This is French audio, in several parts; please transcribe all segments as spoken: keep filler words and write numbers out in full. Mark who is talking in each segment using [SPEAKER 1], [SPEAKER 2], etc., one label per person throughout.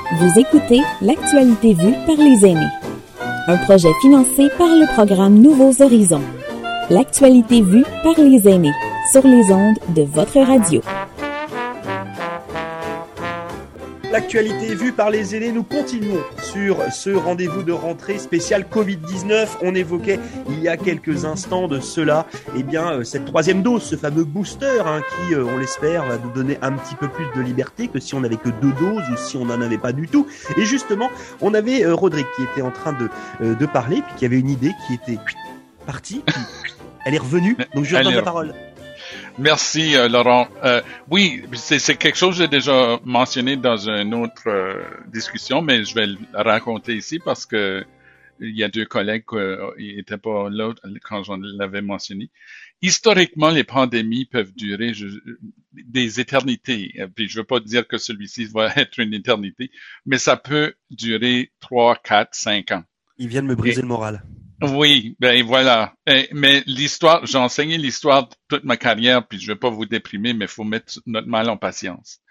[SPEAKER 1] Vous écoutez l'actualité vue par les aînés. Un projet financé par le programme Nouveaux Horizons. L'actualité vue par les aînés sur les ondes de votre radio.
[SPEAKER 2] L'actualité vue par les aînés, nous continuons sur ce rendez-vous de rentrée spécial covid dix-neuf. On évoquait il y a quelques instants de cela, eh bien, cette troisième dose, ce fameux booster hein, qui, on l'espère, va nous donner un petit peu plus de liberté que si on n'avait que deux doses ou si on n'en avait pas du tout. Et justement, on avait euh, Rodrigue qui était en train de, euh, de parler, puis qui avait une idée qui était partie, puis elle est revenue. Donc je lui redonne la parole.
[SPEAKER 3] Merci, euh, Laurent. Euh, oui, c'est, c'est quelque chose que j'ai déjà mentionné dans une autre euh, discussion, mais je vais le raconter ici parce que il y a deux collègues qui n'étaient pas là quand j'en l'avais mentionné. Historiquement, les pandémies peuvent durer je, des éternités. Puis je veux pas dire que celui-ci va être une éternité, mais ça peut durer trois, quatre, cinq ans.
[SPEAKER 2] Il vient de me briser
[SPEAKER 3] Et,
[SPEAKER 2] le moral.
[SPEAKER 3] Oui, ben voilà. Mais l'histoire, j'ai enseigné l'histoire toute ma carrière, puis je vais pas vous déprimer, mais il faut mettre notre mal en patience.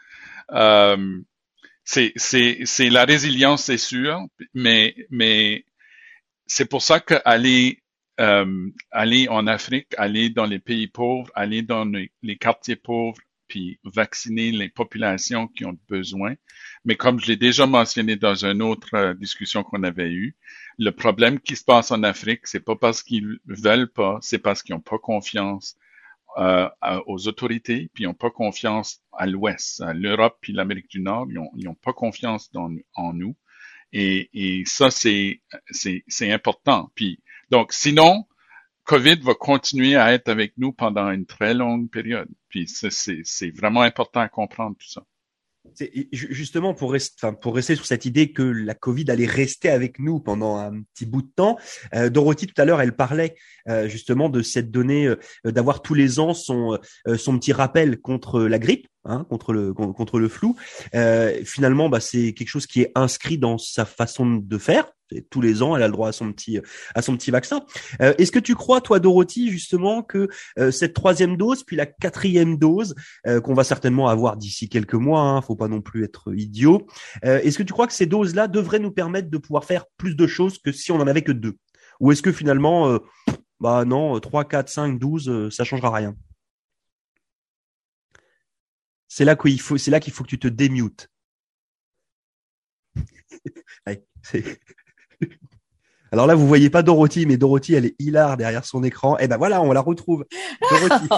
[SPEAKER 3] Euh, c'est, c'est, c'est la résilience, c'est sûr, mais, mais c'est pour ça que aller, euh, aller en Afrique, aller dans les pays pauvres, aller dans les, les quartiers pauvres, puis vacciner les populations qui ont besoin. Mais comme je l'ai déjà mentionné dans une autre euh, discussion qu'on avait eue, le problème qui se passe en Afrique, c'est pas parce qu'ils veulent pas, c'est parce qu'ils ont pas confiance euh, aux autorités, puis ils ont pas confiance à l'Ouest, à l'Europe puis l'Amérique du Nord, ils ont, ils ont pas confiance dans, en nous. Et, et ça, c'est, c'est, c'est important. Puis donc, sinon, COVID va continuer à être avec nous pendant une très longue période. Puis c'est, c'est, c'est vraiment important à comprendre tout ça.
[SPEAKER 2] C'est justement pour rester, enfin, pour rester sur cette idée que la Covid allait rester avec nous pendant un petit bout de temps. Euh, Dorothy tout à l'heure, elle parlait euh, justement de cette donnée euh, d'avoir tous les ans son euh, son petit rappel contre la grippe, hein, contre le contre le flou. Euh, finalement, bah c'est quelque chose qui est inscrit dans sa façon de faire. Tous les ans, elle a le droit à son petit à son petit vaccin. Euh, est-ce que tu crois, toi, Dorothy, justement, que euh, cette troisième dose, puis la quatrième dose, euh, qu'on va certainement avoir d'ici quelques mois, hein, faut pas non plus être idiot. Euh, est-ce que tu crois que ces doses-là devraient nous permettre de pouvoir faire plus de choses que si on en avait que deux? Ou est-ce que finalement, euh, bah non, trois, quatre, cinq, douze, euh, ça changera rien? C'est là qu'il faut, c'est là qu'il faut que tu te démutes. Allez, c'est... Alors là, vous voyez pas Dorothy, mais Dorothy, elle est hilar derrière son écran. Et ben voilà, on la retrouve. Dorothy.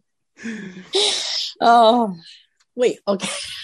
[SPEAKER 4] Oh, oui, ok.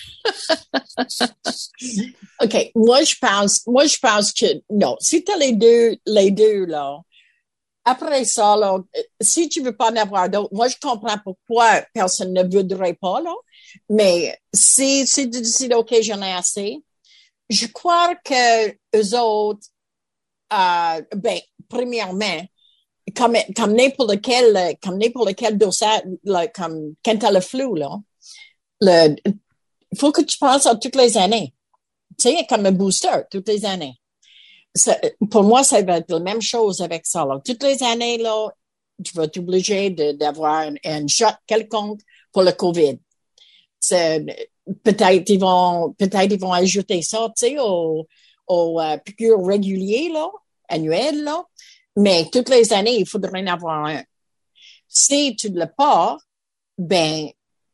[SPEAKER 4] Ok, moi je pense, moi je pense que non. Si t'as les deux, les deux là, après ça là, si tu veux pas en avoir d'autres, moi je comprends pourquoi personne ne voudrait pas là. Mais si si tu décides ok, j'en ai assez, je crois que eux autres. Euh, ben, premièrement, comme, comme n'importe quel, comme n'importe quel dosage, là, comme quand t'as le flou, là, le, il faut que tu penses à toutes les années. Tu sais, comme un booster, toutes les années. Ça, pour moi, ça va être la même chose avec ça, là. Toutes les années, là, tu vas être obligé de, d'avoir une, une shot quelconque pour le COVID. C'est, peut-être ils vont, peut-être ils vont ajouter ça, tu sais, au, aux euh, piqûres réguliers, là, annuelles, là. Mais toutes les années, il faudrait en avoir un. Si tu ne l'as pas, ben,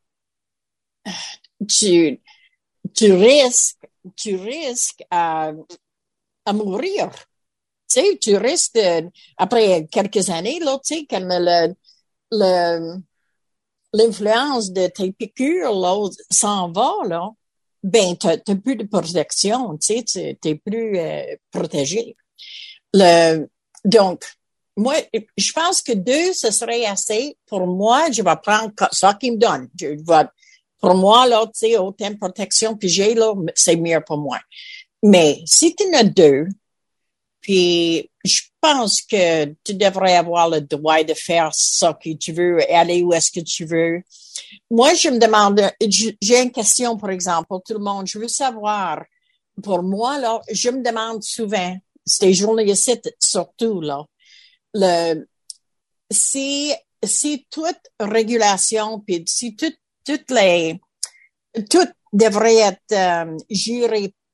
[SPEAKER 4] tu, tu risques, tu risques à, à mourir. Tu sais, tu risques de, après quelques années, là, tu sais, comme le, le, l'influence de tes piqûres, là, s'en va, là. Ben, t'as, t'as plus de protection, tu sais, tu t'es plus euh, protégé. Le, donc, moi, je pense que deux, ce serait assez. Pour moi, je vais prendre ça qui me donne. Je vais, pour moi, là, tu sais, autant de protection que j'ai, là, c'est mieux pour moi. Mais si tu en as deux, puis je pense que tu devrais avoir le droit de faire ça que tu veux, aller où est-ce que tu veux. Moi, je me demande, j'ai une question, par exemple, pour tout le monde. Je veux savoir, pour moi, là, je me demande souvent, ces journalistes surtout, là, le, si, si toute régulation, puis si tout, toutes les, tout devrait être euh, géré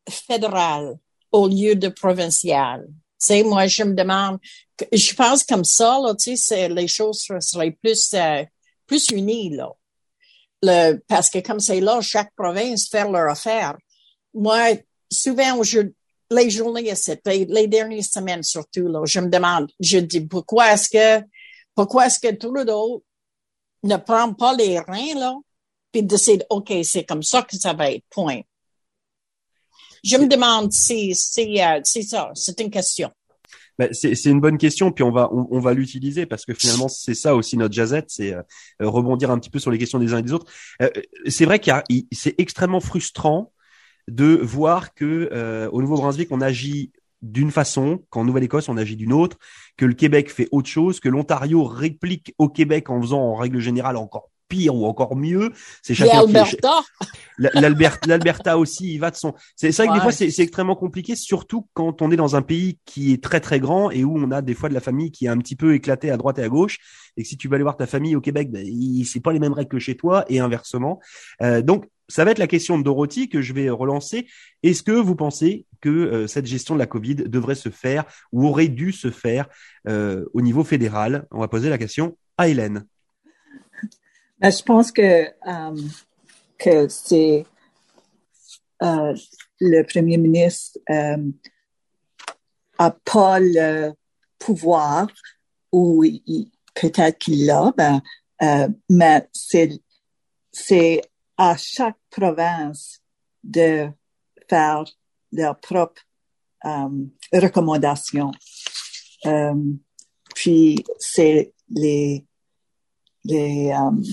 [SPEAKER 4] fédéral au lieu de provincial. Tu sais, moi, je me demande, je pense comme ça, là, tu sais, les choses seraient plus, euh, plus unies, là. Le, parce que comme c'est là, chaque province fait leur affaire. Moi, souvent, je, les journées, c'était les dernières semaines surtout, là, je me demande, je dis, pourquoi est-ce que, pourquoi est-ce que Trudeau ne prend pas les reins, là, puis décide, OK, c'est comme ça que ça va être, point. Je me demande si, si, euh, c'est ça, c'est une question.
[SPEAKER 2] Ben, c'est, c'est une bonne question, puis on va on, on va l'utiliser parce que finalement c'est ça aussi notre jazette, c'est euh, rebondir un petit peu sur les questions des uns et des autres. Euh, c'est vrai qu'il y a, il, c'est extrêmement frustrant de voir que euh, au Nouveau-Brunswick on agit d'une façon, qu'en Nouvelle-Écosse on agit d'une autre, que le Québec fait autre chose, que l'Ontario réplique au Québec en faisant en règle générale encore pire ou encore mieux. C'est chacun.
[SPEAKER 4] L'Alberta.
[SPEAKER 2] L'Alberta, L'Alberta aussi, il va de son. C'est, c'est vrai que ouais. Des fois c'est, c'est extrêmement compliqué, surtout quand on est dans un pays qui est très très grand et où on a des fois de la famille qui est un petit peu éclatée à droite et à gauche. Et que si tu vas aller voir ta famille au Québec, ben, il, c'est pas les mêmes règles que chez toi et inversement. Euh, donc ça va être la question de Dorothy que je vais relancer. Est-ce que vous pensez que euh, cette gestion de la Covid devrait se faire ou aurait dû se faire euh, au niveau fédéral? On va poser la question à Hélène.
[SPEAKER 5] Ben, je pense que euh, que c'est euh, le premier ministre euh, a pas le pouvoir ou il, peut-être qu'il l'a, ben, euh, mais c'est c'est à chaque province de faire leurs propres euh, recommandations. Euh, puis c'est les les euh,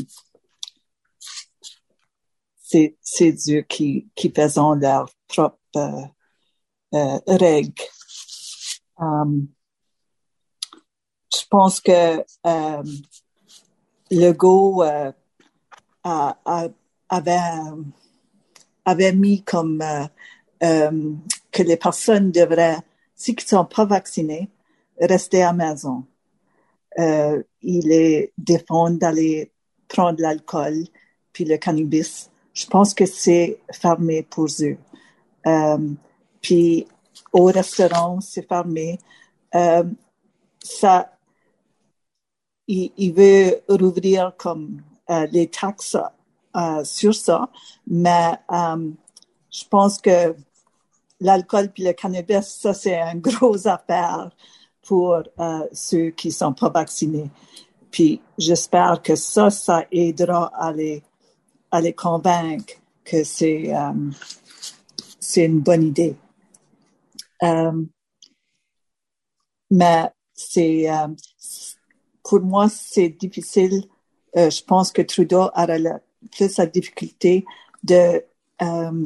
[SPEAKER 5] c'est c'est eux qui qui faisant leurs propres euh, euh, règles. Um, je pense que euh, Legault euh, a, a, avait avait mis comme euh, euh, que les personnes devraient, si ils sont pas vaccinés, rester à la maison. Euh, il les défend d'aller prendre l'alcool puis le cannabis. Je pense que c'est fermé pour eux. Euh, puis au restaurant, c'est fermé. Euh, ça, il, il veut rouvrir comme euh, les taxes euh, sur ça, mais euh, je pense que l'alcool puis le cannabis, ça c'est une grosse affaire pour euh, ceux qui sont pas vaccinés. Puis j'espère que ça, ça aidera à les à les convaincre que c'est euh, c'est une bonne idée. Euh, mais c'est euh, pour moi c'est difficile. Euh, je pense que Trudeau aura la, plus la difficulté de euh,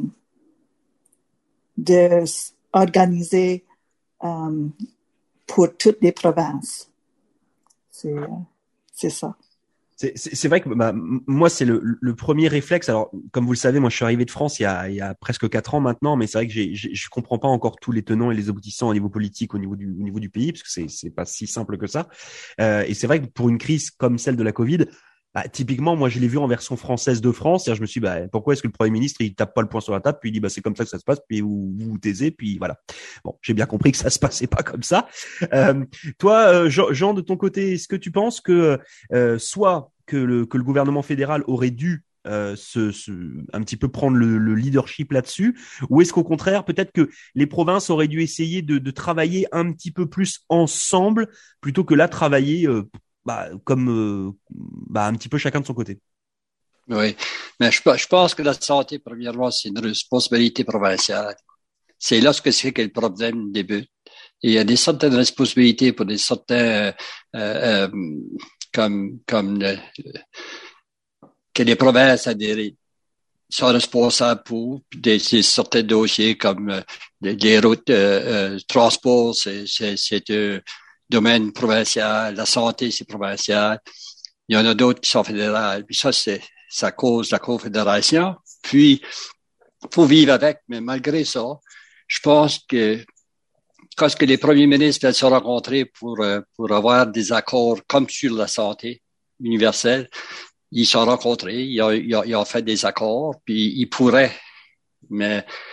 [SPEAKER 5] de organiser euh, pour toutes les provinces. C'est c'est ça.
[SPEAKER 2] C'est, c'est, c'est vrai que bah, moi c'est le, le premier réflexe. Alors comme vous le savez, moi je suis arrivé de France il y a, il y a presque quatre ans maintenant, mais c'est vrai que j'ai, j'ai, je comprends pas encore tous les tenants et les aboutissants au niveau politique, au niveau du, au niveau du pays, parce que c'est, c'est pas si simple que ça. Euh, et c'est vrai que pour une crise comme celle de la Covid, bah, typiquement moi je l'ai vu en version française de France. C'est-à-dire, je me suis dit, bah pourquoi est-ce que le Premier ministre il tape pas le poing sur la table puis il dit bah c'est comme ça que ça se passe, puis vous vous, vous taisez, puis voilà. Bon, j'ai bien compris que ça se passait pas comme ça. Euh, toi, euh, Jean, Jean, de ton côté, est-ce que tu penses que euh, soit que le que le gouvernement fédéral aurait dû euh, se, se un petit peu prendre le, le leadership là-dessus, ou est-ce qu'au contraire peut-être que les provinces auraient dû essayer de, de travailler un petit peu plus ensemble plutôt que là travailler euh, bah, comme euh, bah, un petit peu chacun de son côté?
[SPEAKER 6] Oui, mais je, je pense que la santé, premièrement, c'est une responsabilité provinciale. C'est là ce que c'est que le problème débute. Et il y a des certaines responsabilités pour des certains euh, euh, comme comme le, que les provinces adhérées sont responsables pour des, des certains dossiers comme euh, les, les routes euh, euh, transport, c'est c'est c'est un domaine provincial, la santé c'est provincial. Il y en a d'autres qui sont fédérales. Puis ça c'est ça cause la confédération. Puis faut vivre avec, mais malgré ça, je pense que quand que les premiers ministres viennent se rencontrer pour pour avoir des accords comme sur la santé universelle, ils se sont rencontrés, ils ont, ils ont, ils ont fait des accords, puis ils pourraient, mais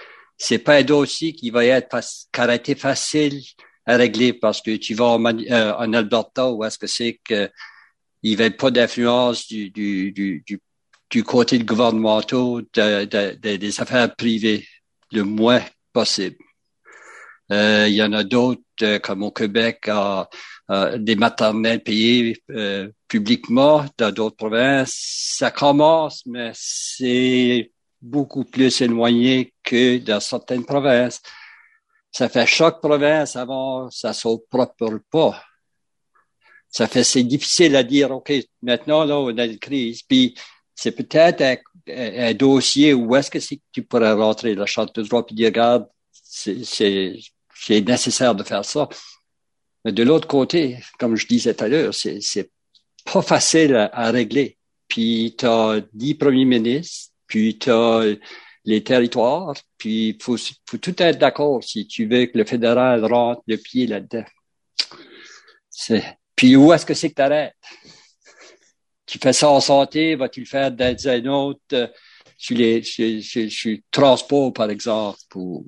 [SPEAKER 6] c'est pas un dossier qui va être fac- caractère facile à régler parce que tu vas en, Mani- euh, en Alberta où est-ce que c'est que il n'y avait pas d'influence du, du, du, du, du côté de gouvernementaux de, de, de, des affaires privées le moins possible. Euh, il y en a d'autres, euh, comme au Québec, euh, euh, des maternelles payées euh, publiquement dans d'autres provinces. Ça commence, mais c'est beaucoup plus éloigné que dans certaines provinces. Ça fait chaque province avant ça son propre pas. Ça fait, c'est difficile à dire, OK, maintenant, là, on a une crise. Puis, c'est peut-être un, un, un dossier où est-ce que c'est que tu pourrais rentrer la charte de droit puis dire, regarde, c'est, c'est, c'est nécessaire de faire ça. Mais de l'autre côté, comme je disais tout à l'heure, c'est, c'est pas facile à, à régler. Puis, t'as dix premiers ministres, puis t'as les territoires, puis faut, faut tout être d'accord si tu veux que le fédéral rentre le pied là-dedans. C'est, puis où est-ce que c'est que t'arrêtes? Tu fais ça en santé, vas-tu le faire dans un autre, euh, sur les, sur, sur, sur transport, par exemple, ou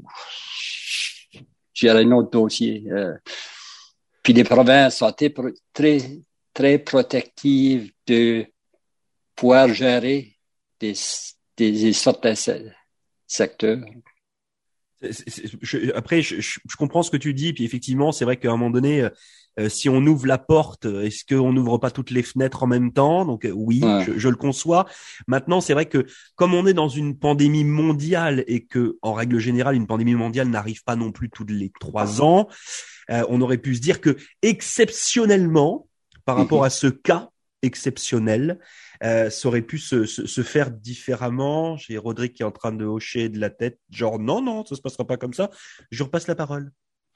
[SPEAKER 6] sur un autre dossier. Euh. Puis les provinces sont très, très, très protectives de pouvoir gérer des, des, des certains secteurs.
[SPEAKER 2] C'est, c'est, je, après, je, je, je comprends ce que tu dis, puis effectivement, c'est vrai qu'à un moment donné, euh, si on ouvre la porte, est-ce qu'on n'ouvre pas toutes les fenêtres en même temps? Donc euh, oui, ouais. je, je le conçois. Maintenant, c'est vrai que comme on est dans une pandémie mondiale et que, en règle générale, une pandémie mondiale n'arrive pas non plus tous les trois ans, euh, on aurait pu se dire que exceptionnellement, par rapport mm-hmm. à ce cas exceptionnel, Euh, ça aurait pu se, se, se faire différemment. J'ai Rodrigue qui est en train de hocher de la tête, genre non, non, ça se passera pas comme ça. Je repasse la parole.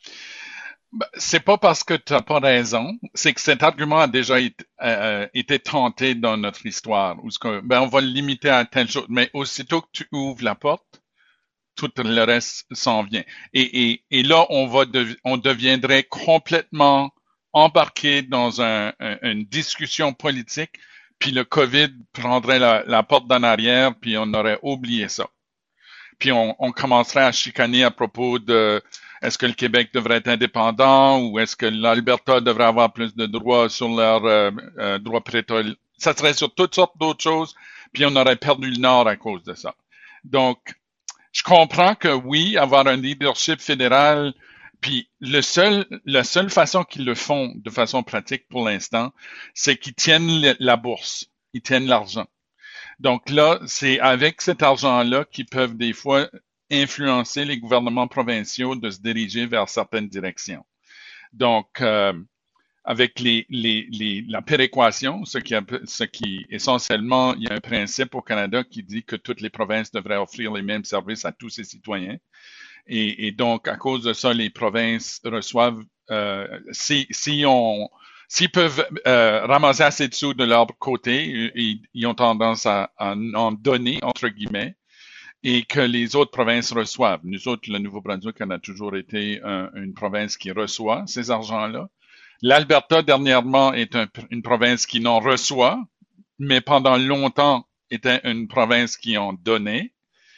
[SPEAKER 3] C'est pas parce que tu n'as pas raison, c'est que cet argument a déjà été, euh, été tenté dans notre histoire. Où ce que, ben, on va le limiter à telle chose, mais aussitôt que tu ouvres la porte, tout le reste s'en vient. Et, et, et là, on va, de, on deviendrait complètement embarqué dans un, un, une discussion politique. Puis le COVID prendrait la, la porte d'en arrière, puis on aurait oublié ça. Puis on, on commencerait à chicaner à propos de est-ce que le Québec devrait être indépendant ou est-ce que l'Alberta devrait avoir plus de droits sur leurs euh, euh, droits prétoriens. Ça serait sur toutes sortes d'autres choses, puis on aurait perdu le Nord à cause de ça. Donc, je comprends que oui, avoir un leadership fédéral. Puis le seul, la seule façon qu'ils le font de façon pratique pour l'instant, c'est qu'ils tiennent le, la bourse, ils tiennent l'argent. Donc là, c'est avec cet argent-là qu'ils peuvent des fois influencer les gouvernements provinciaux de se diriger vers certaines directions. Donc, euh, avec les, les, les, la péréquation, ce qui, ce qui essentiellement, il y a un principe au Canada qui dit que toutes les provinces devraient offrir les mêmes services à tous ses citoyens. Et, et donc, à cause de ça, les provinces reçoivent, euh, si, si on, s'ils peuvent euh, ramasser assez de sous de leur côté, ils, ils ont tendance à, à en donner, entre guillemets, et que les autres provinces reçoivent. Nous autres, le Nouveau-Brunswick, on a toujours été un, une province qui reçoit ces argents-là. L'Alberta, dernièrement, est un, une province qui n'en reçoit, mais pendant longtemps était une province qui en donnait.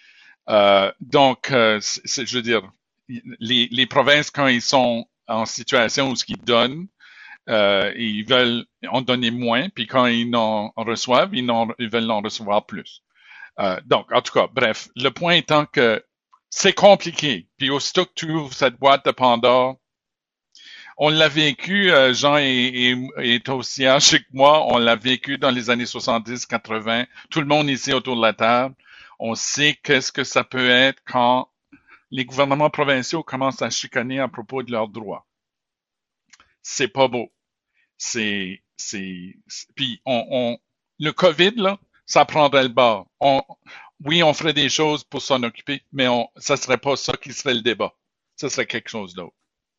[SPEAKER 3] Euh, donc, euh, c'est, je veux dire, les, les provinces, quand ils sont en situation où ce qu'ils donnent, euh, ils veulent en donner moins, puis quand ils en reçoivent, ils, en, ils veulent en recevoir plus. Euh, donc, en tout cas, bref, le point étant que c'est compliqué. Puis aussitôt que tu ouvres cette boîte de Pandore, on l'a vécu, euh, Jean est, est, est aussi âgé que moi, on l'a vécu dans les années soixante-dix quatre-vingts, tout le monde ici autour de la table. On sait qu'est-ce que ça peut être quand les gouvernements provinciaux commencent à chicaner à propos de leurs droits. C'est pas beau. C'est, c'est, c'est puis on, on, le COVID, là, ça prendrait le bord. On, oui, on ferait des choses pour s'en occuper, mais on, ça serait pas ça qui serait le débat. Ça serait quelque chose d'autre.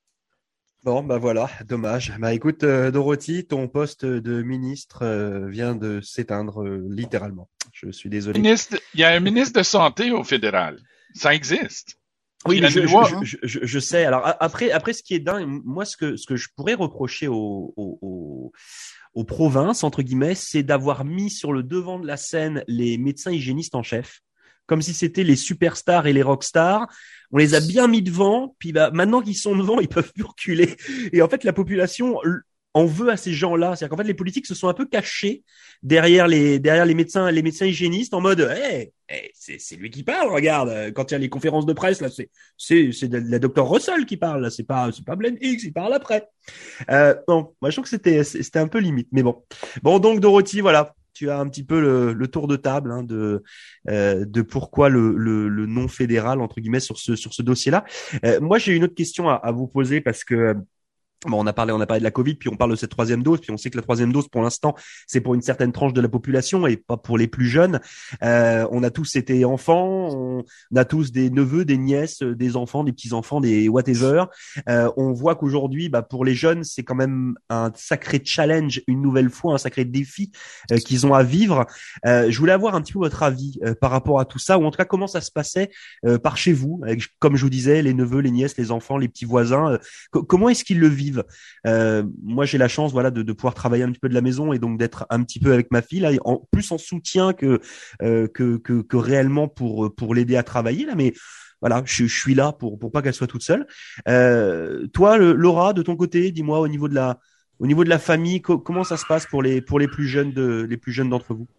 [SPEAKER 2] Bon, ben voilà, dommage. Bah écoute, euh, Dorothy, ton poste de ministre euh, vient de s'éteindre euh, littéralement. Je suis désolé.
[SPEAKER 3] Ministre, il y a un ministre de santé au fédéral. Ça existe.
[SPEAKER 2] Oui, mais je, loi, je, hein. je, je, je sais. Alors après, après, ce qui est dingue, moi, ce que ce que je pourrais reprocher aux, aux, aux, aux provinces entre guillemets, c'est d'avoir mis sur le devant de la scène les médecins hygiénistes en chef, comme si c'était les superstars et les rockstars, on les a bien mis devant, puis bah maintenant qu'ils sont devant, ils peuvent plus reculer. Et en fait, la population en veut à ces gens-là. C'est-à-dire qu'en fait, les politiques se sont un peu cachés derrière les derrière les médecins, les médecins hygiénistes en mode, hey, hey, c'est c'est lui qui parle. Regarde, quand il y a les conférences de presse là, c'est c'est c'est la docteur Russell qui parle. Là, c'est pas c'est pas Glenn Hicks, il parle après. Euh, bon, moi je trouve que c'était c'était un peu limite, mais bon. Bon, donc Dorothy, voilà. Tu as un petit peu le, le tour de table hein, de euh, de pourquoi le, le, le non fédéral entre guillemets sur ce sur ce dossier-là. Euh, moi, j'ai une autre question à, à vous poser parce que bon, on a parlé, on a parlé de la Covid, puis on parle de cette troisième dose, puis on sait que la troisième dose, pour l'instant, c'est pour une certaine tranche de la population et pas pour les plus jeunes. Euh, on a tous été enfants, on a tous des neveux, des nièces, des enfants, des petits-enfants, des whatever. Euh, on voit qu'aujourd'hui, bah, pour les jeunes, c'est quand même un sacré challenge, une nouvelle fois, un sacré défi euh, qu'ils ont à vivre. Euh, je voulais avoir un petit peu votre avis euh, par rapport à tout ça, ou en tout cas, comment ça se passait euh, par chez vous, avec, comme je vous disais, les neveux, les nièces, les enfants, les petits voisins. Euh, co- comment est-ce qu'ils le vivent? Euh, moi, j'ai la chance, voilà, de, de pouvoir travailler un petit peu de la maison et donc d'être un petit peu avec ma fille là, en plus en soutien que euh, que, que que réellement pour pour l'aider à travailler là. Mais voilà, je, je suis là pour pour pas qu'elle soit toute seule. Euh, toi, le, Laura, de ton côté, dis-moi au niveau de la au niveau de la famille, co- comment ça se passe pour les pour les plus jeunes de les plus jeunes d'entre vous?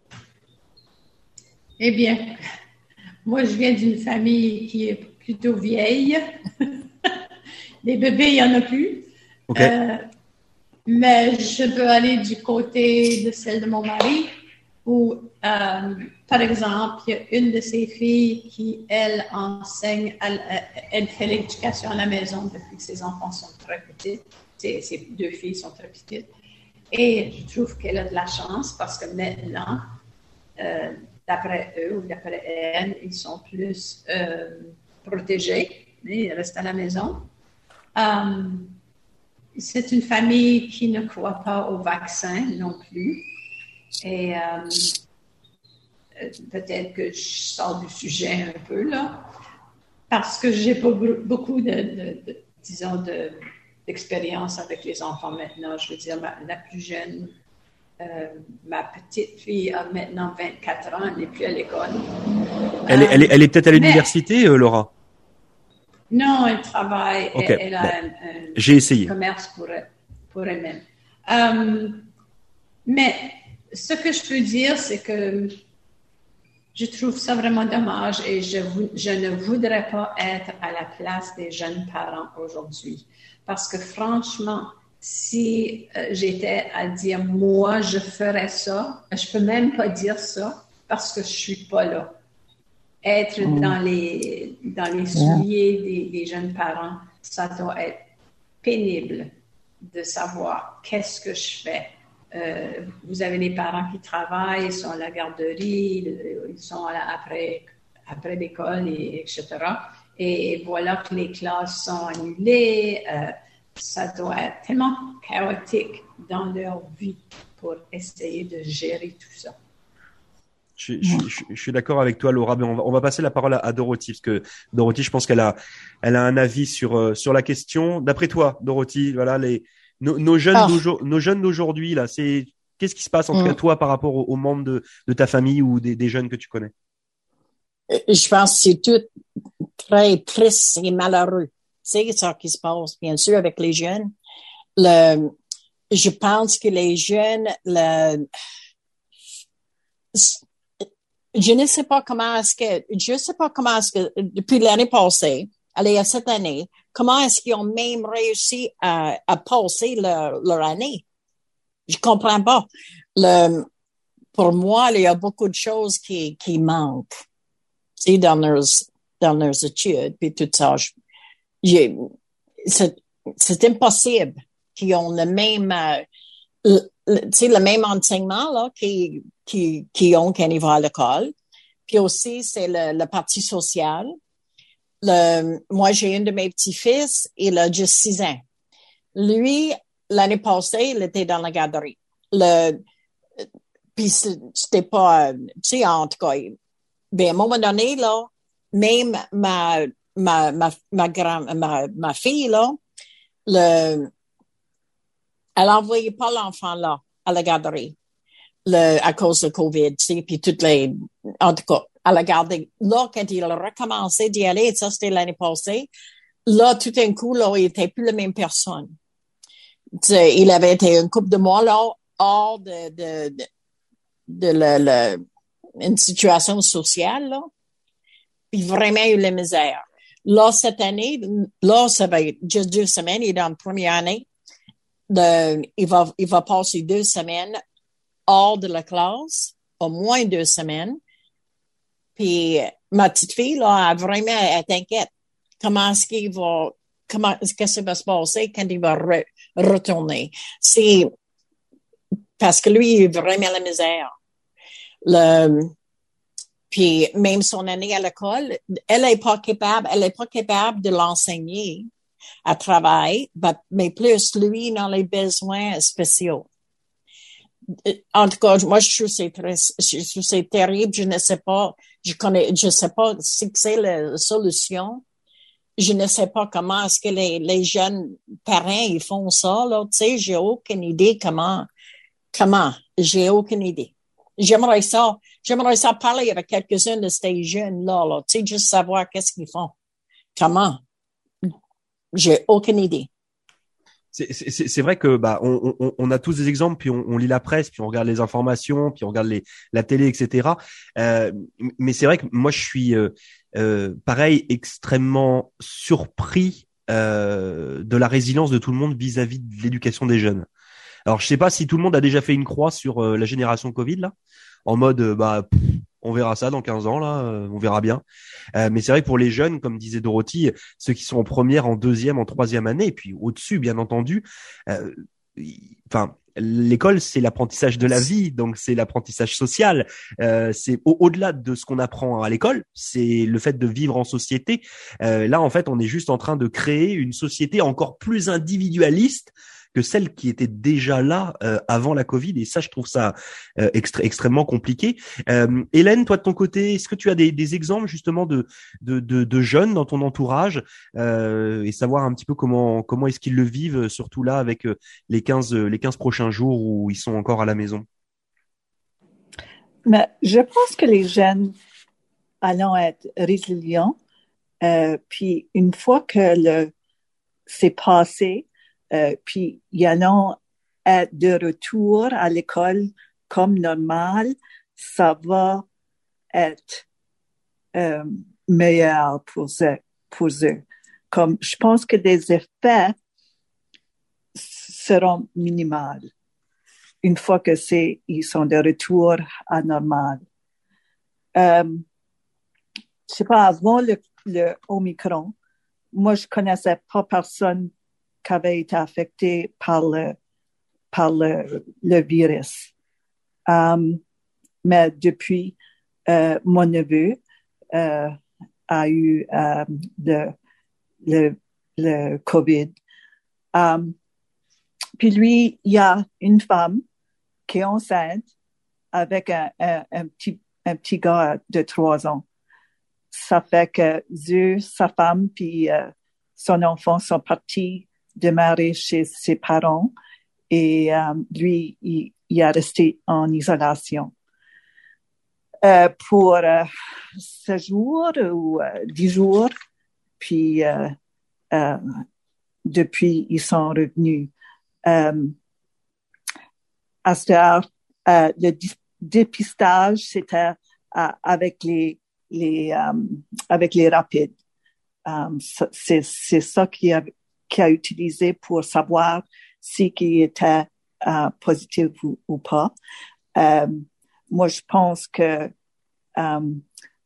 [SPEAKER 7] Eh bien, moi, je viens d'une famille qui est plutôt vieille. Des bébés, il y en a plus.
[SPEAKER 2] Okay.
[SPEAKER 7] Euh, mais je peux aller du côté de celle de mon mari, où, euh, par exemple, il y a une de ses filles qui, elle, enseigne, elle, elle fait l'éducation à la maison depuis que ses enfants sont très petits. Ses, ses deux filles sont très petites. Et je trouve qu'elle a de la chance parce que maintenant, euh, d'après eux ou d'après elle, ils sont plus euh, protégés. Ils restent à la maison. Um, c'est une famille qui ne croit pas au vaccin non plus. Et um, peut-être que je sors du sujet un peu là, parce que j'ai pas beaucoup de, de, de disons, de, d'expérience avec les enfants maintenant. Je veux dire, ma, la plus jeune, euh, ma petite fille a maintenant vingt-quatre ans, elle n'est plus à l'école.
[SPEAKER 2] Elle, um, elle, est, elle est peut-être à l'université, euh, Laura?
[SPEAKER 7] Non, elle travaille,
[SPEAKER 2] okay.
[SPEAKER 7] elle, elle a
[SPEAKER 2] bon.
[SPEAKER 7] un, un
[SPEAKER 2] J'ai essayé.
[SPEAKER 7] commerce pour, pour elle-même. Um, mais ce que je peux dire, c'est que je trouve ça vraiment dommage et je, je ne voudrais pas être à la place des jeunes parents aujourd'hui. Parce que franchement, si euh, j'étais à dire, moi, je ferais ça, je peux même pas dire ça parce que je suis pas là. Être mmh. dans les, dans les souliers des, des jeunes parents, ça doit être pénible de savoir qu'est-ce que je fais. Euh, vous avez les parents qui travaillent, ils sont à la garderie, ils sont à la, après, après l'école, et, etc. Et voilà que les classes sont annulées. Euh, ça doit être tellement chaotique dans leur vie pour essayer de gérer tout ça.
[SPEAKER 2] Je, je, je, je suis d'accord avec toi, Laura, mais on va, on va passer la parole à, à Dorothy, parce que Dorothy, je pense qu'elle a, elle a un avis sur euh, sur la question. D'après toi, Dorothy, voilà, les nos, nos jeunes oh. nos jeunes d'aujourd'hui là, c'est qu'est-ce qui se passe en tout cas toi par rapport aux, aux membres de, de ta famille ou des, des jeunes que tu connais?
[SPEAKER 4] Je pense que c'est tout très triste et malheureux. C'est ça qui se passe, bien sûr, avec les jeunes. Le, je pense que les jeunes, le je ne sais pas comment est-ce que, je sais pas comment est-ce que, depuis l'année passée, allez, à cette année, comment est-ce qu'ils ont même réussi à, à passer leur, leur année? Je comprends pas. Le, pour moi, il y a beaucoup de choses qui, qui manquent, tu sais, dans leurs, dans leurs études, puis tout ça. Je, je, c'est, c'est impossible qu'ils ont le même, euh, le, le, tu sais, le même enseignement, là, qui, qui, qui ont quand ils vont à l'école. Puis aussi, c'est le, le parti social. Le, moi, j'ai un de mes petits-fils, il a juste six ans. Lui, l'année passée, il était dans la garderie. Le, puis c'était pas, tu sais, en tout cas, ben, à un moment donné, là, même ma, ma, ma, ma grand, ma, ma fille, là, le, elle envoyait pas l'enfant là, à la garderie, le, à cause de COVID, tu sais, puis toutes les, en tout cas, à la garder. Là, quand il a recommencé d'y aller, ça, c'était l'année passée, là, tout d'un coup, là, il était plus la même personne. T'sais, il avait été une couple de mois, là, hors de, de, de, de le, le, une situation sociale, là. Puis vraiment eu la misère. Là, cette année, là, ça va être juste deux semaines. Il est dans la première année. De, il va, il va passer deux semaines hors de la classe, au moins deux semaines. Puis, ma petite fille, là, elle vraiment, elle t'inquiète. Comment est-ce qu'il va, comment, qu'est-ce que ça va se passer quand il va re, retourner? C'est, parce que lui, il a vraiment la misère. Le, puis, même son année à l'école, elle est pas capable, elle est pas capable de l'enseigner à travail, mais plus lui dans les besoins spéciaux. En tout cas, moi, je trouve c'est très, je trouve c'est terrible. Je ne sais pas, je connais, je sais pas si c'est la solution. Je ne sais pas comment est-ce que les, les jeunes parents, ils font ça, là. Tu sais, j'ai aucune idée comment, comment. J'ai aucune idée. J'aimerais ça, j'aimerais ça parler avec quelques-uns de ces jeunes-là, là. Tu sais, juste savoir qu'est-ce qu'ils font. Comment. J'ai aucune idée.
[SPEAKER 2] C'est, c'est, c'est vrai que bah on, on, on a tous des exemples, puis on, on lit la presse, puis on regarde les informations, puis on regarde les, la télé, et cetera. Euh, mais c'est vrai que moi je suis euh, euh, pareil extrêmement surpris euh, de la résilience de tout le monde vis-à-vis de l'éducation des jeunes. Alors je sais pas si tout le monde a déjà fait une croix sur euh, la génération Covid là, en mode euh, bah pff, on verra ça dans quinze ans là, euh, on verra bien. Euh, mais c'est vrai que pour les jeunes, comme disait Dorothy, ceux qui sont en première, en deuxième, en troisième année, et puis au-dessus, bien entendu, euh, enfin, l'école, c'est l'apprentissage de la vie, donc c'est l'apprentissage social. Euh, c'est au- au-delà de ce qu'on apprend à l'école, c'est le fait de vivre en société. Euh, là, en fait, on est juste en train de créer une société encore plus individualiste que celle qui était déjà là euh, avant la Covid. Et ça, je trouve ça euh, extré- extrêmement compliqué. Euh, Hélène, toi de ton côté, est-ce que tu as des, des exemples justement de, de, de, de jeunes dans ton entourage euh, et savoir un petit peu comment comment est-ce qu'ils le vivent, surtout là avec euh, les quinze les quinze prochains jours où ils sont encore à la maison?
[SPEAKER 5] Mais je pense que les jeunes allons être résilients. Euh, puis une fois que le c'est passé, euh, puis ils allons être de retour à l'école comme normal, ça va être euh, meilleur pour eux, pour eux. Comme je pense que les effets seront minimales une fois que c'est ils sont de retour à normal. Euh, je sais pas, avant le, le Omicron, moi je connaissais pas personne qui avait été affecté par le par le, le virus. Um, mais depuis, euh, mon neveu euh, a eu euh, le, le, le COVID. Um, puis lui, il y a une femme qui est enceinte avec un, un, un, petit, un petit gars de trois ans. Ça fait que Dieu, sa femme, puis euh, son enfant sont partis demeurer chez ses parents. Et euh, lui, il, il est resté en isolation. Euh, pour euh, ce jour ou euh, dix jours, puis euh, euh, depuis, ils sont revenus. Euh, à cette heure, euh, le dépistage, c'était euh, avec les, les, um, avec les rapides. Um, c'est, c'est ça qui a, qui a utilisé pour savoir si qui était uh, positif ou, ou pas. Um, moi, je pense que um,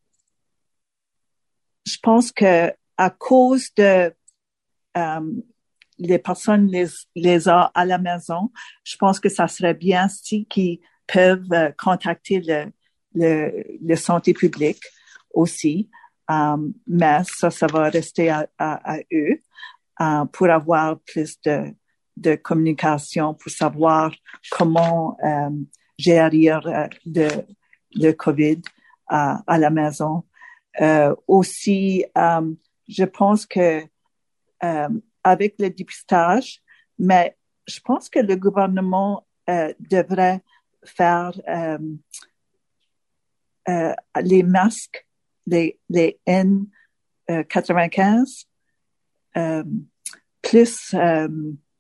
[SPEAKER 5] je pense que à cause de um, les personnes les les a à la maison, je pense que ça serait bien si qu'ils peuvent uh, contacter le le le santé publique aussi, um, mais ça ça va rester à, à, à eux uh, pour avoir plus de de communication, pour savoir comment um, gérer uh, le le COVID uh, à la maison. Euh, aussi, um, je pense que um, avec le dépistage, mais je pense que le gouvernement euh, devrait faire euh, euh, les masques, les, les N quatre-vingt-quinze, euh, plus euh,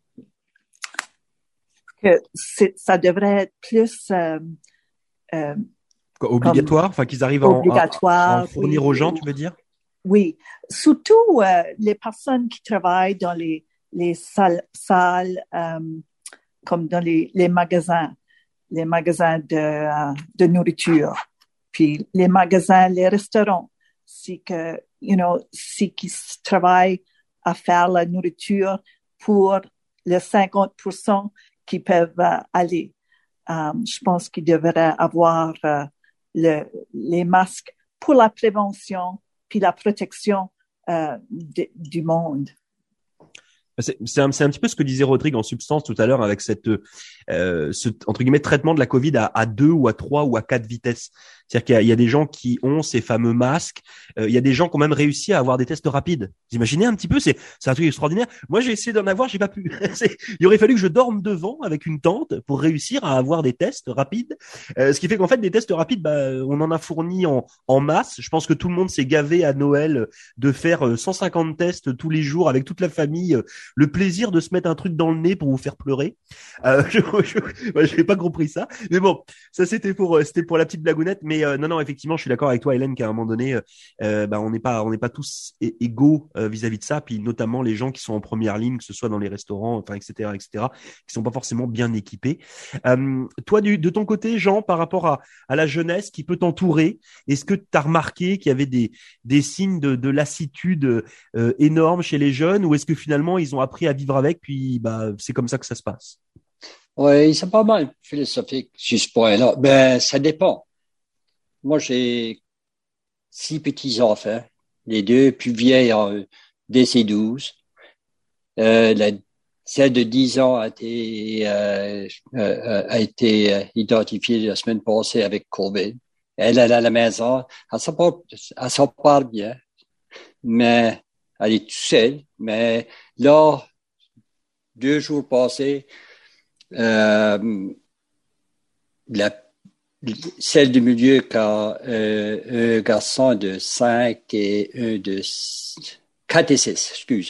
[SPEAKER 5] que c'est, ça devrait être plus euh, euh,
[SPEAKER 2] Quoi, obligatoire, enfin qu'ils arrivent à en, à en fournir
[SPEAKER 5] oui,
[SPEAKER 2] aux gens, tu veux dire?
[SPEAKER 5] Oui, surtout euh, les personnes qui travaillent dans les les salles, salles euh, comme dans les, les magasins, les magasins de, euh, de nourriture, puis les magasins, les restaurants, c'est que, you know, c'est qu'ils travaillent à faire la nourriture pour les cinquante pour cent qui peuvent uh, aller. Um, je pense qu'ils devraient avoir uh, le, les masques pour la prévention puis la protection uh, de, du monde.
[SPEAKER 2] C'est, c'est, un, c'est un petit peu ce que disait Rodrigue en substance tout à l'heure avec cette, euh, ce, entre guillemets, traitement de la Covid à, à deux ou à trois ou à quatre vitesses. C'est-à-dire qu'il y a, il y a des gens qui ont ces fameux masques. Euh, il y a des gens qui ont même réussi à avoir des tests rapides. Vous imaginez un petit peu, c'est, c'est un truc extraordinaire. Moi, j'ai essayé d'en avoir, j'ai pas pu. c'est, il aurait fallu que je dorme devant avec une tente pour réussir à avoir des tests rapides. Euh, ce qui fait qu'en fait, des tests rapides, bah, on en a fourni en, en masse. Je pense que tout le monde s'est gavé à Noël de faire cent cinquante tests tous les jours avec toute la famille. Le plaisir de se mettre un truc dans le nez pour vous faire pleurer. Euh, je, je, bah, j'ai pas compris ça. Mais bon, ça c'était pour, c'était pour la petite blagounette. Mais euh, non, non, effectivement, je suis d'accord avec toi, Hélène, qu'à un moment donné, euh, bah, on n'est pas, on n'est pas tous égaux euh, vis-à-vis de ça. Puis notamment les gens qui sont en première ligne, que ce soit dans les restaurants, enfin, et cetera, et cetera, qui sont pas forcément bien équipés. Euh, toi, du, de ton côté, Jean, par rapport à, à la jeunesse qui peut t'entourer, est-ce que tu as remarqué qu'il y avait des, des signes de, de lassitude euh, énormes chez les jeunes, ou est-ce que finalement ils ont appris à vivre avec, puis bah c'est comme ça que ça se passe?
[SPEAKER 6] Oui, c'est pas mal philosophique sur ce point-là. Ben, ça dépend. Moi, j'ai six petits-enfants, les deux plus vieilles ont D C douze. Euh, la, celle de dix ans a été, euh, euh, a été identifiée la semaine passée avec COVID. Elle, elle est à la maison. Elle s'en porte, elle s'en porte bien, mais elle est toute seule. Mais là, deux jours passés, euh, la, celle du milieu qui a euh, un garçon de cinq et un de quatre et six, excuse.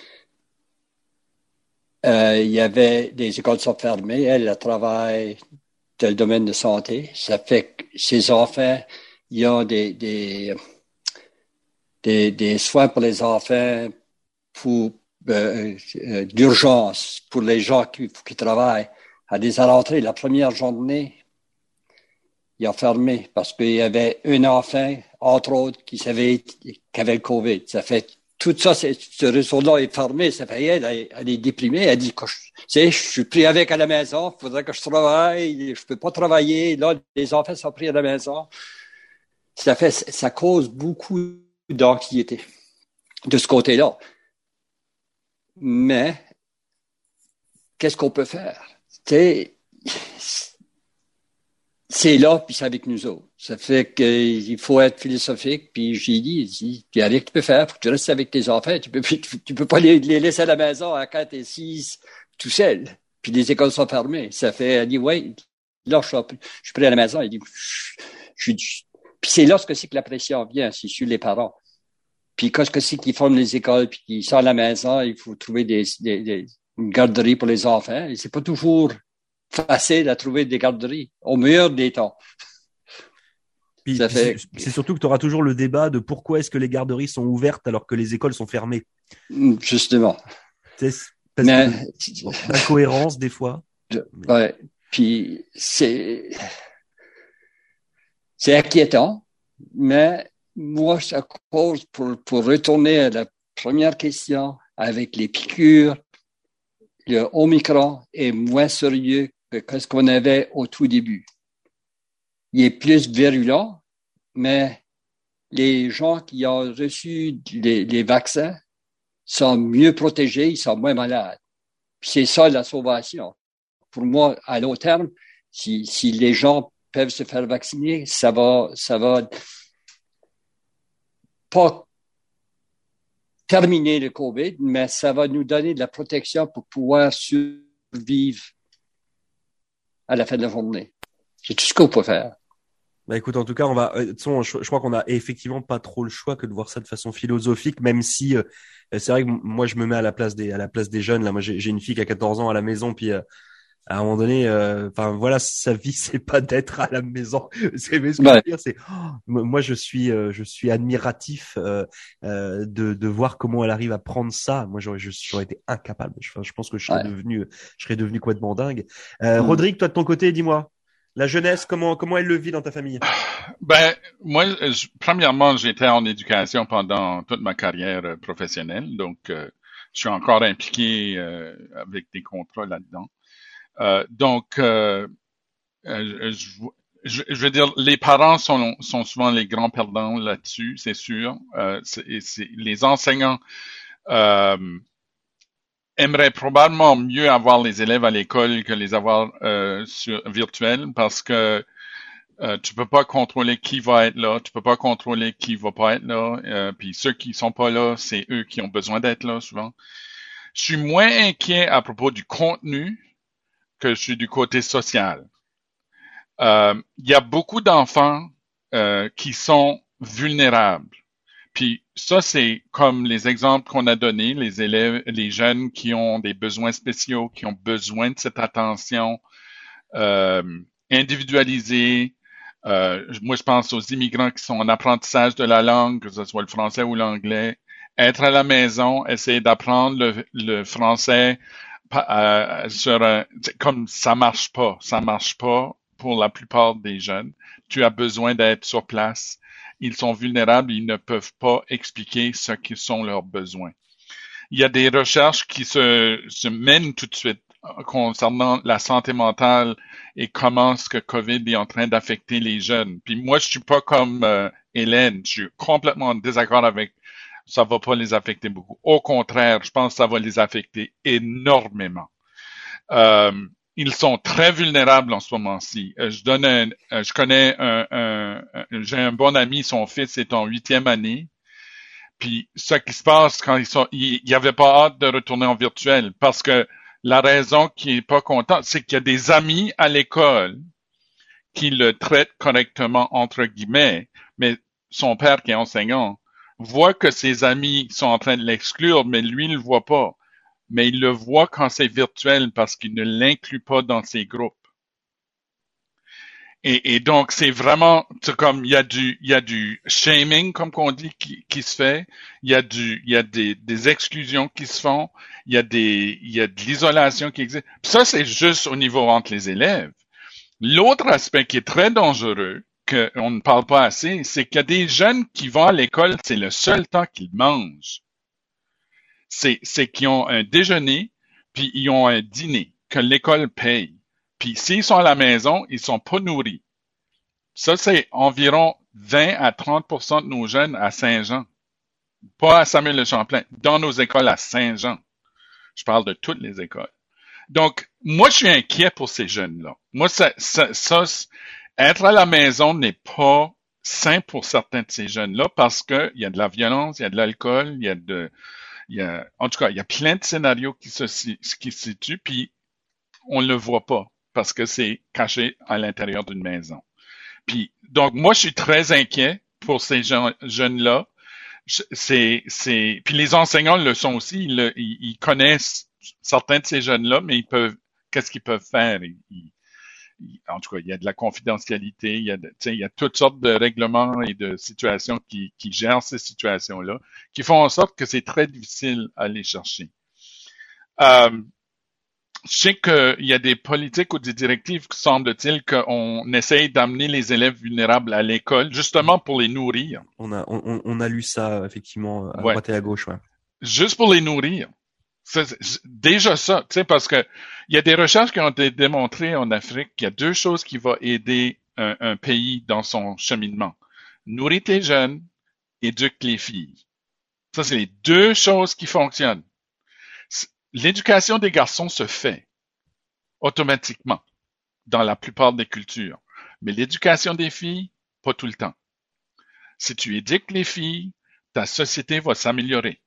[SPEAKER 6] Euh, il y avait des écoles sont fermées. Elle, elle travaille dans le domaine de santé. Ça fait que ses enfants, ils ont des, des, des, des soins pour les enfants pour Euh, euh, d'urgence pour les gens qui, qui travaillent. À des rentrées, la première journée, il a fermé parce qu'il y avait un enfant, entre autres, qui savait qui avait le COVID. Ça fait tout ça, c'est, ce réseau-là est fermé. Ça fait elle, elle, elle est déprimée. Elle dit que je, tu sais, je suis pris avec à la maison. Il faudrait que je travaille. Je peux pas travailler. Là, les enfants sont pris à la maison. Ça fait, ça cause beaucoup d'anxiété de ce côté-là. Mais, qu'est-ce qu'on peut faire? C'est, c'est là, puis c'est avec nous autres. Ça fait qu'il faut être philosophique, puis j'ai dit, il y a rien que tu peux faire, faut que tu restes avec tes enfants, tu peux, tu, tu peux pas les, les laisser à la maison à quatre et six tout seul. Puis les écoles sont fermées. Ça fait, elle dit, ouais, là, je suis, je suis pris à la maison. Elle dit, je, je, je, puis c'est là ce que c'est que la pression vient, c'est sur les parents. Puis qu'est-ce que c'est qu'ils forment les écoles, puis qu'ils sont à la maison, il faut trouver des, des, des une garderie pour les enfants. Et c'est pas toujours facile à trouver des garderies, au meilleur des temps.
[SPEAKER 2] Puis, puis fait... c'est, c'est surtout que tu auras toujours le débat de pourquoi est-ce que les garderies sont ouvertes alors que les écoles sont fermées.
[SPEAKER 6] Justement.
[SPEAKER 2] C'est parce Mais... que bon, l'incohérence des fois.
[SPEAKER 6] Ouais. Puis c'est c'est inquiétant, mais moi, ça cause, pour, pour retourner à la première question, avec les piqûres, le Omicron est moins sérieux que ce qu'on avait au tout début. Il est plus virulent, mais les gens qui ont reçu les, les vaccins sont mieux protégés, ils sont moins malades. Puis c'est ça la sauvation. Pour moi, à long terme, si, si les gens peuvent se faire vacciner, ça va, ça va pas terminer le COVID, mais ça va nous donner de la protection pour pouvoir survivre à la fin de la journée. C'est tout ce qu'on peut faire.
[SPEAKER 2] Bah écoute, en tout cas, on va. euh, De toute façon, je, je crois qu'on a effectivement pas trop le choix que de voir ça de façon philosophique, même si euh, c'est vrai que m- moi je me mets à la place des à la place des jeunes. Là, moi j'ai j'ai une fille qui a quatorze ans à la maison, puis euh, à un moment donné, euh, enfin voilà, sa vie c'est pas d'être à la maison. C'est mais ce que je veux
[SPEAKER 6] Ouais,
[SPEAKER 2] dire, c'est oh, moi moi, je suis euh, je suis admiratif euh, euh, de de voir comment elle arrive à prendre ça. Moi j'aurais je- j'aurais été incapable. Je, enfin, je pense que je serais
[SPEAKER 6] ouais.
[SPEAKER 2] devenu je serais devenu complètement dingue. Euh,
[SPEAKER 6] Hmm.
[SPEAKER 2] Rodrigue, toi de ton côté, dis-moi. La jeunesse, comment comment elle le vit dans ta famille?
[SPEAKER 3] Ben, moi, je- premièrement, j'étais en éducation pendant toute ma carrière euh, professionnelle, donc euh, je suis encore impliqué euh, avec des contrats là-dedans. Euh, donc, euh, euh, je, je, je veux dire, les parents sont, sont souvent les grands perdants là-dessus, c'est sûr. Euh, c'est, et c'est- les enseignants euh, aimeraient probablement mieux avoir les élèves à l'école que les avoir euh, sur virtuel parce que Euh, tu peux pas contrôler qui va être là, tu peux pas contrôler qui va pas être là, euh, puis ceux qui sont pas là, c'est eux qui ont besoin d'être là souvent. Je suis moins inquiet à propos du contenu que je suis du côté social. Euh, Il y a beaucoup d'enfants euh, qui sont vulnérables. Puis ça, c'est comme les exemples qu'on a donnés, les élèves, les jeunes qui ont des besoins spéciaux, qui ont besoin de cette attention euh, individualisée. Euh, moi, je pense aux immigrants qui sont en apprentissage de la langue, que ce soit le français ou l'anglais. Être à la maison, essayer d'apprendre le, le français euh, sur un, comme ça marche pas, ça marche pas pour la plupart des jeunes. Tu as besoin d'être sur place. Ils sont vulnérables, ils ne peuvent pas expliquer ce qui sont leurs besoins. Il y a des recherches qui se, se mènent tout de suite concernant la santé mentale et comment ce que COVID est en train d'affecter les jeunes. Puis moi, je suis pas comme euh, Hélène, je suis complètement en désaccord avec ça va pas les affecter beaucoup. Au contraire, je pense que ça va les affecter énormément. Euh, ils sont très vulnérables en ce moment-ci. Euh, je donne un, euh, je connais un, un, un j'ai un bon ami, son fils est en huitième année. Puis ce qui se passe quand ils sont, ils, ils avaient pas hâte de retourner en virtuel parce que la raison qui est pas content, c'est qu'il y a des amis à l'école qui le traitent correctement entre guillemets, mais son père qui est enseignant voit que ses amis sont en train de l'exclure, mais lui il le voit pas. Mais il le voit quand c'est virtuel parce qu'il ne l'inclut pas dans ses groupes. Et, et donc, c'est vraiment, c'est comme, il y a du, il y a du shaming, comme qu'on dit, qui, qui se fait. Il y a du, il y a des, des exclusions qui se font. Il y a des, il y a de l'isolation qui existe. Puis ça, c'est juste au niveau entre les élèves. L'autre aspect qui est très dangereux, qu'on ne parle pas assez, c'est qu'il y a des jeunes qui vont à l'école, c'est le seul temps qu'ils mangent. C'est, c'est qu'ils ont un déjeuner, puis ils ont un dîner que l'école paye. Puis s'ils sont à la maison, ils sont pas nourris. Ça, c'est environ vingt à trente pour cent de nos jeunes à Saint-Jean. Pas à Samuel-le-Champlain, dans nos écoles à Saint-Jean. Je parle de toutes les écoles. Donc, moi, je suis inquiet pour ces jeunes-là. Moi, ça, ça, ça être à la maison n'est pas sain pour certains de ces jeunes-là parce que il y a de la violence, il y a de l'alcool, il y a de, il y a, en tout cas, il y a plein de scénarios qui se, qui se situent, puis on ne le voit pas parce que c'est caché à l'intérieur d'une maison. Puis, donc, moi, je suis très inquiet pour ces gens, jeunes-là. C'est, c'est, puis les enseignants le sont aussi. Ils, ils, ils connaissent certains de ces jeunes-là, mais ils peuvent, qu'est-ce qu'ils peuvent faire? Ils, ils, en tout cas, il y a de la confidentialité, il y a, de, il y a toutes sortes de règlements et de situations qui, qui gèrent ces situations-là, qui font en sorte que c'est très difficile à aller chercher. Euh, Je sais qu'il y a des politiques ou des directives, semble-t-il, qu'on essaye d'amener les élèves vulnérables à l'école, justement pour les nourrir.
[SPEAKER 2] On a, on, on a lu ça, effectivement, à
[SPEAKER 3] Ouais.
[SPEAKER 2] droite et à gauche, ouais.
[SPEAKER 3] Juste pour les nourrir. C'est déjà ça, tu sais, parce que il y a des recherches qui ont été démontrées en Afrique qu'il y a deux choses qui vont aider un, un pays dans son cheminement. Nourrir les jeunes, éduque les filles. Ça, c'est les deux choses qui fonctionnent. L'éducation des garçons se fait automatiquement dans la plupart des cultures. Mais l'éducation des filles, pas tout le temps. Si tu éduques les filles, ta société va s'améliorer.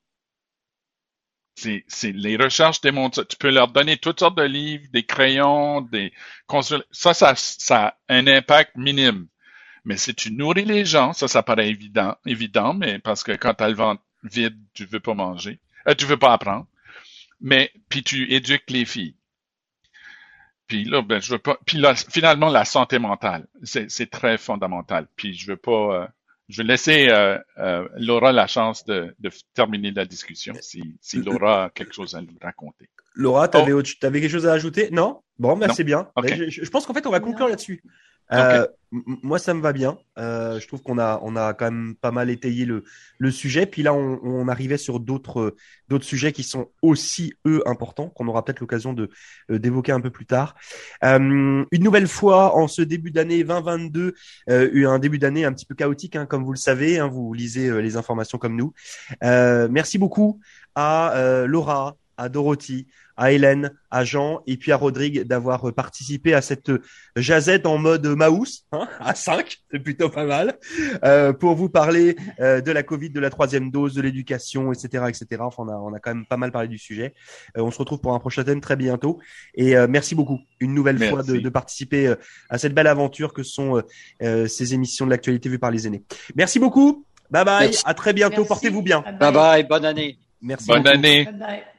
[SPEAKER 3] C'est, c'est, les recherches démontrent ça. Tu peux leur donner toutes sortes de livres, des crayons, des construire. Ça, ça, ça a un impact minime. Mais si tu nourris les gens, ça, ça paraît évident, évident, mais parce que quand t'as le ventre vide, tu veux pas manger, euh, tu veux pas apprendre. Mais puis tu éduques les filles. Puis là, ben je veux pas. Puis là, finalement, la santé mentale, c'est, c'est très fondamental. Puis je veux pas. Euh, je vais laisser euh, euh, Laura la chance de, de terminer la discussion si, si Laura a quelque chose à nous raconter.
[SPEAKER 2] Laura, t'avais, oh. t'avais quelque chose à ajouter? Non? Bon, ben,
[SPEAKER 3] non.
[SPEAKER 2] c'est bien.
[SPEAKER 3] Okay.
[SPEAKER 2] Ben, je, je pense qu'en fait, on va conclure non. là-dessus. Euh, okay. m- moi, ça me va bien. Euh, je trouve qu'on a, on a quand même pas mal étayé le, le sujet. Puis là, on, on arrivait sur d'autres, d'autres sujets qui sont aussi eux importants, qu'on aura peut-être l'occasion de euh, d'évoquer un peu plus tard. Euh, une nouvelle fois, en ce début d'année vingt vingt-deux, euh, eu un début d'année un petit peu chaotique, hein, comme vous le savez. Hein, vous lisez euh, les informations comme nous. Euh, merci beaucoup à euh, Laura, à Dorothy, à Hélène, à Jean et puis à Rodrigue d'avoir participé à cette jazette en mode mouse, hein, à cinq, c'est plutôt pas mal, euh, pour vous parler euh, de la Covid, de la troisième dose, de l'éducation, et cetera, et cetera. Enfin, on a, on a quand même pas mal parlé du sujet. Euh, on se retrouve pour un prochain thème très bientôt. Et euh, merci beaucoup une nouvelle merci. fois de, de participer euh, à cette belle aventure que sont euh, ces émissions de l'actualité vues par les aînés. Merci beaucoup. Bye bye. Merci. À très bientôt. Merci. Portez-vous bien.
[SPEAKER 6] Bye bye. Bonne année.
[SPEAKER 2] Merci.
[SPEAKER 3] Bonne
[SPEAKER 2] beaucoup.
[SPEAKER 3] année.
[SPEAKER 7] Bye bye.